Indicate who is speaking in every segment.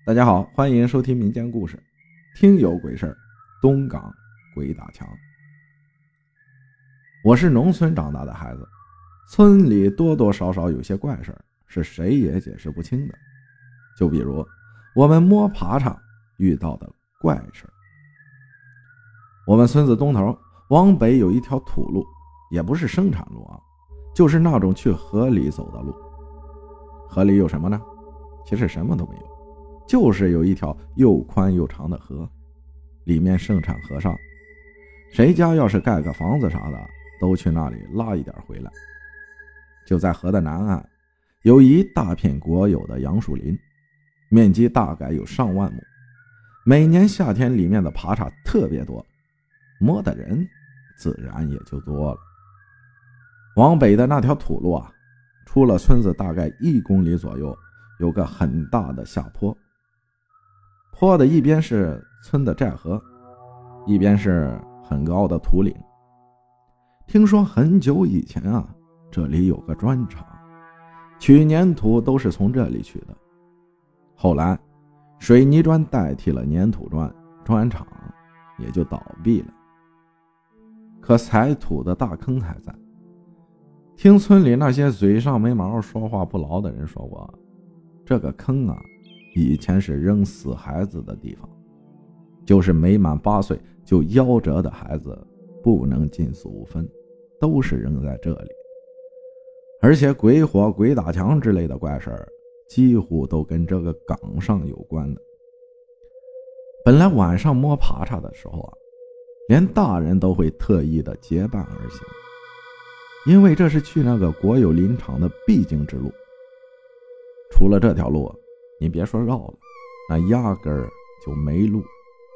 Speaker 1: 大家好，欢迎收听民间故事，听有鬼事儿，东港鬼打墙。我是农村长大的孩子，村里多多少少有些怪事儿，是谁也解释不清的。就比如我们摸爬叉遇到的怪事儿。我们村子东头往北有一条土路，也不是生产路啊，就是那种去河里走的路。河里有什么呢？其实什么都没有，就是有一条又宽又长的河，里面盛产河上，谁家要是盖个房子啥的，都去那里拉一点回来。就在河的南岸，有一大片国有的杨树林，面积大概有上万亩，每年夏天里面的爬叉特别多，摸的人自然也就多了。往北的那条土路啊，出了村子大概1公里左右，有个很大的下坡，坡的一边是村的寨河，一边是很高的土岭。听说很久以前啊，这里有个砖厂，取粘土都是从这里取的。后来水泥砖代替了粘土砖，砖厂也就倒闭了。可采土的大坑还在。听村里那些嘴上没毛说话不牢的人说过，这个坑啊，以前是扔死孩子的地方，就是没满8岁就夭折的孩子不能进祖坟，都是扔在这里。而且鬼火、鬼打墙之类的怪事儿，几乎都跟这个岗上有关的。本来晚上摸爬叉的时候啊，连大人都会特意的结伴而行，因为这是去那个国有林场的必经之路。除了这条路，你别说绕了，那压根儿就没路。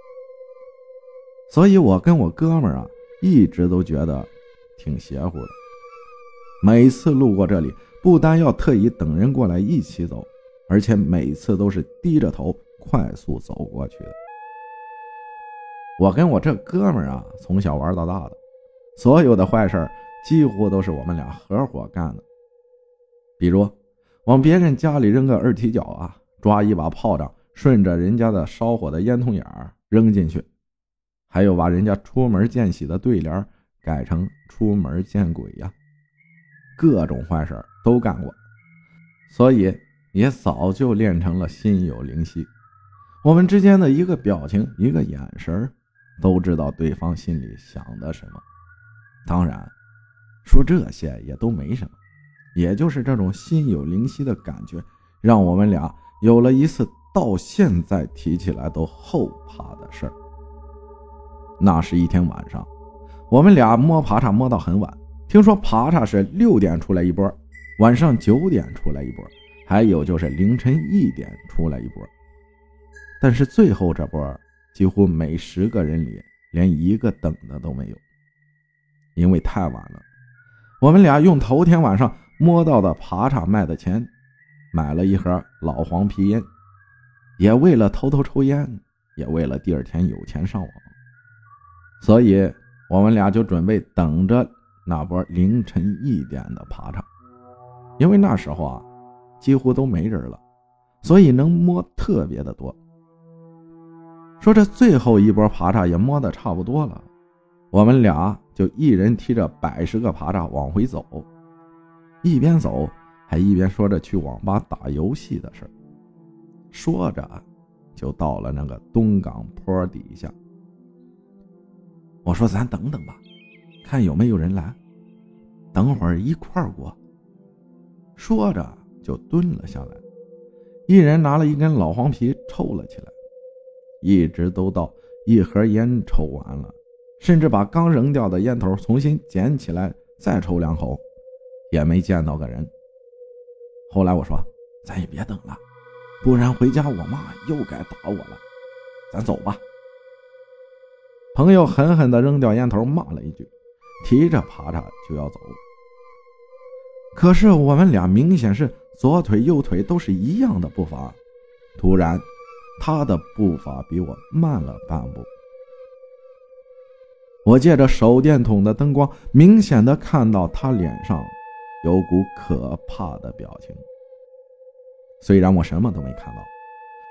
Speaker 1: 所以我跟我哥们儿啊，一直都觉得挺邪乎的。每次路过这里，不单要特意等人过来一起走，而且每次都是低着头快速走过去的。我跟我这哥们儿啊，从小玩到大的，所有的坏事几乎都是我们俩合伙干的。比如往别人家里扔个二踢脚啊，抓一把炮仗顺着人家的烧火的烟筒眼扔进去，还有把人家出门见喜的对联改成出门见鬼呀，各种坏事都干过，所以也早就练成了心有灵犀。我们之间的一个表情一个眼神都知道对方心里想的什么。当然说这些也都没什么，也就是这种心有灵犀的感觉，让我们俩有了一次到现在提起来都后怕的事儿。那是一天晚上，我们俩摸爬叉摸到很晚，听说爬叉是6点出来一波，晚上9点出来一波，还有就是凌晨1点出来一波。但是最后这波几乎每10个人里连一个等的都没有，因为太晚了。我们俩用头天晚上摸到的爬叉卖的钱，买了一盒老黄皮烟，也为了偷偷抽烟，也为了第二天有钱上网。所以我们俩就准备等着那波凌晨1点的爬叉，因为那时候啊几乎都没人了，所以能摸特别的多。说这最后一波爬叉也摸得差不多了，我们俩就一人提着100个爬叉往回走，一边走还一边说着去网吧打游戏的事儿。说着就到了那个东港坡底下。我说咱等等吧，看有没有人来，等会儿一块儿过。说着就蹲了下来，一人拿了一根老黄皮抽了起来，一直都到一盒烟抽完了，甚至把刚扔掉的烟头重新捡起来再抽2口，也没见到个人。后来我说咱也别等了，不然回家我妈又该打我了，咱走吧。朋友狠狠地扔掉烟头骂了一句，提着爬叉就要走。可是我们俩明显是左腿右腿都是一样的步伐，突然他的步伐比我慢了半步。我借着手电筒的灯光，明显的看到他脸上有股可怕的表情。虽然我什么都没看到，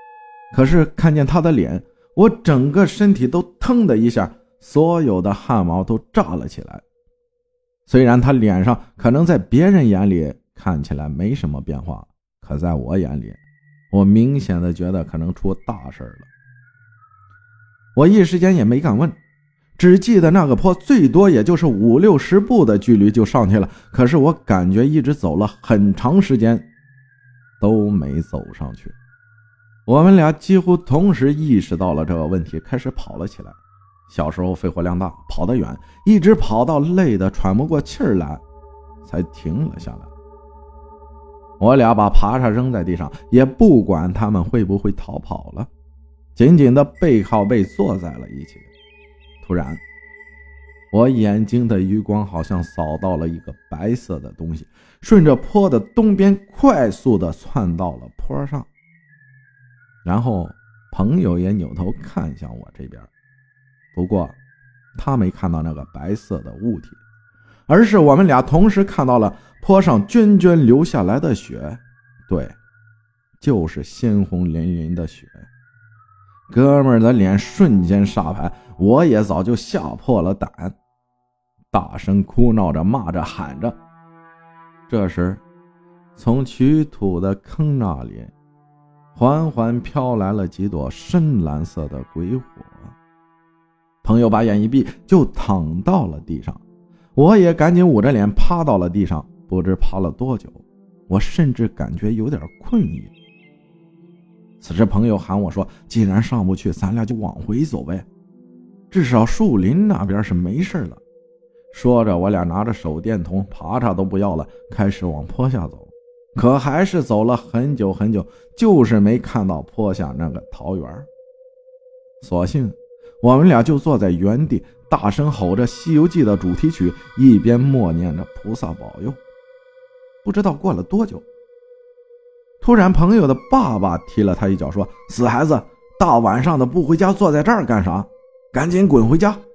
Speaker 1: 可是看见他的脸，我整个身体都腾的一下，所有的汗毛都炸了起来。虽然他脸上可能在别人眼里看起来没什么变化，可在我眼里，我明显的觉得可能出大事了。我一时间也没敢问，只记得那个坡最多也就是50-60步的距离就上去了，可是我感觉一直走了很长时间都没走上去。我们俩几乎同时意识到了这个问题，开始跑了起来。小时候肺活量大，跑得远，一直跑到累得喘不过气来才停了下来。我俩把爬叉扔在地上，也不管他们会不会逃跑了，紧紧的背靠背坐在了一起。突然，我眼睛的余光好像扫到了一个白色的东西，顺着坡的东边快速的窜到了坡上。然后朋友也扭头看向我这边，不过他没看到那个白色的物体，而是我们俩同时看到了坡上涓涓流下来的血。对，就是鲜红淋淋的血。哥们儿的脸瞬间煞白，我也早就吓破了胆，大声哭闹着骂着喊着。这时从取土的坑那里缓缓飘来了几朵深蓝色的鬼火。朋友把眼一闭就躺到了地上，我也赶紧捂着脸趴到了地上。不知趴了多久，我甚至感觉有点困意。此时朋友喊我说，既然上不去，咱俩就往回走呗，至少树林那边是没事的。说着，我俩拿着手电筒，爬叉都不要了，开始往坡下走。可还是走了很久很久，就是没看到坡下那个桃园。所幸我们俩就坐在原地，大声吼着《西游记》的主题曲，一边默念着菩萨保佑。不知道过了多久，突然朋友的爸爸踢了他一脚，说，死孩子，大晚上的不回家，坐在这儿干啥？赶紧滚回家。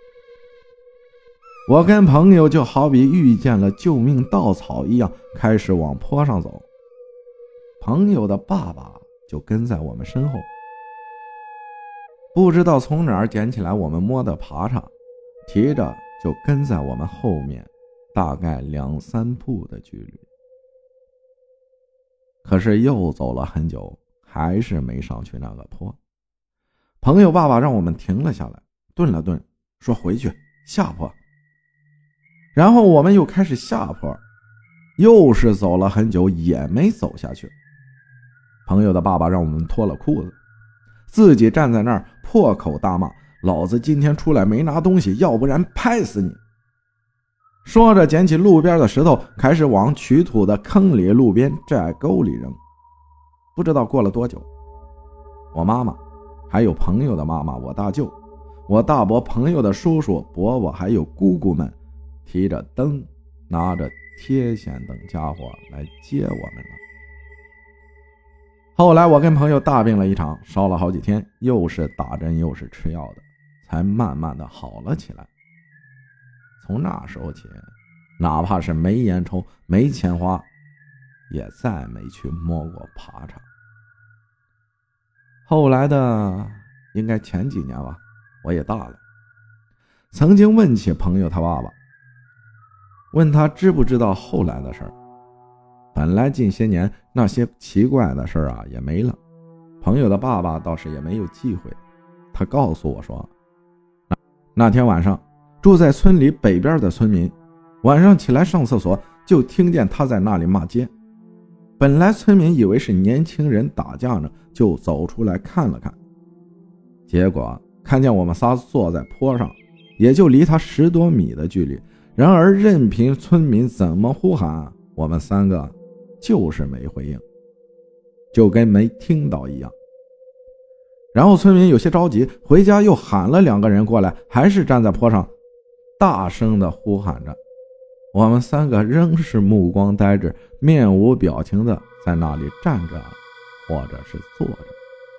Speaker 1: 我跟朋友就好比遇见了救命稻草一样，开始往坡上走。朋友的爸爸就跟在我们身后，不知道从哪儿捡起来我们摸的爬叉，提着就跟在我们后面，大概2-3步的距离。可是又走了很久，还是没上去那个坡。朋友爸爸让我们停了下来，顿了顿，说回去下坡。然后我们又开始下坡，又是走了很久也没走下去。朋友的爸爸让我们脱了裤子，自己站在那儿破口大骂，老子今天出来没拿东西，要不然拍死你。说着捡起路边的石头，开始往取土的坑里、路边寨沟里扔。不知道过了多久，我妈妈还有朋友的妈妈，我大舅、我大伯朋友的叔叔伯伯还有姑姑们提着灯，拿着贴线等家伙来接我们了。后来我跟朋友大病了一场，烧了好几天，又是打针又是吃药的，才慢慢的好了起来。从那时候起，哪怕是没烟抽没钱花，也再没去摸过爬叉。后来的应该前几年吧，我也大了，曾经问起朋友他爸爸，问他知不知道后来的事儿。本来近些年那些奇怪的事儿啊也没了，朋友的爸爸倒是也没有忌讳。他告诉我说，那天晚上住在村里北边的村民晚上起来上厕所，就听见他在那里骂街。本来村民以为是年轻人打架呢，就走出来看了看，结果看见我们仨坐在坡上，也就离他10多米的距离。然而任凭村民怎么呼喊，我们3个就是没回应，就跟没听到一样。然后村民有些着急，回家又喊了2个人过来，还是站在坡上大声的呼喊着。我们3个仍是目光呆滞，面无表情的在那里站着或者是坐着。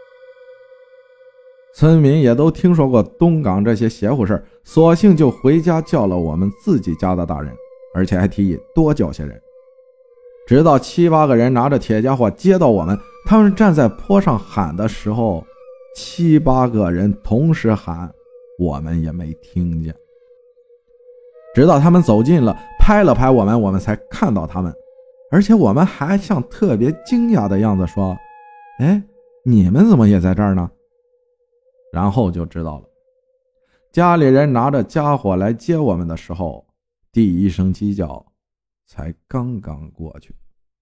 Speaker 1: 村民也都听说过东港这些邪乎事儿，索性就回家叫了我们自己家的大人，而且还提议多叫些人。 直到7、8个人拿着铁家伙接到我们，他们站在坡上喊的时候，7、8个人同时喊，我们也没听见。直到他们走近了，拍了拍我们，我们才看到他们，而且我们还像特别惊讶的样子说：“哎，你们怎么也在这儿呢？”然后就知道了，家里人拿着家伙来接我们的时候，第一声鸡叫才刚刚过去。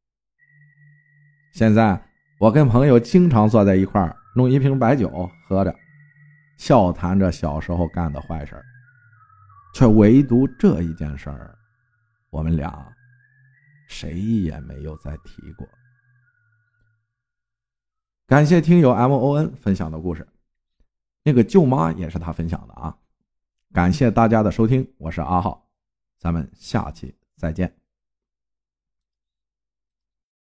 Speaker 1: 现在我跟朋友经常坐在一块儿，弄一瓶白酒喝着，笑谈着小时候干的坏事，却唯独这一件事儿，我们俩谁也没有再提过。感谢听友 MON 分享的故事，那个舅妈也是他分享的啊。感谢大家的收听，我是阿浩，咱们下期再见。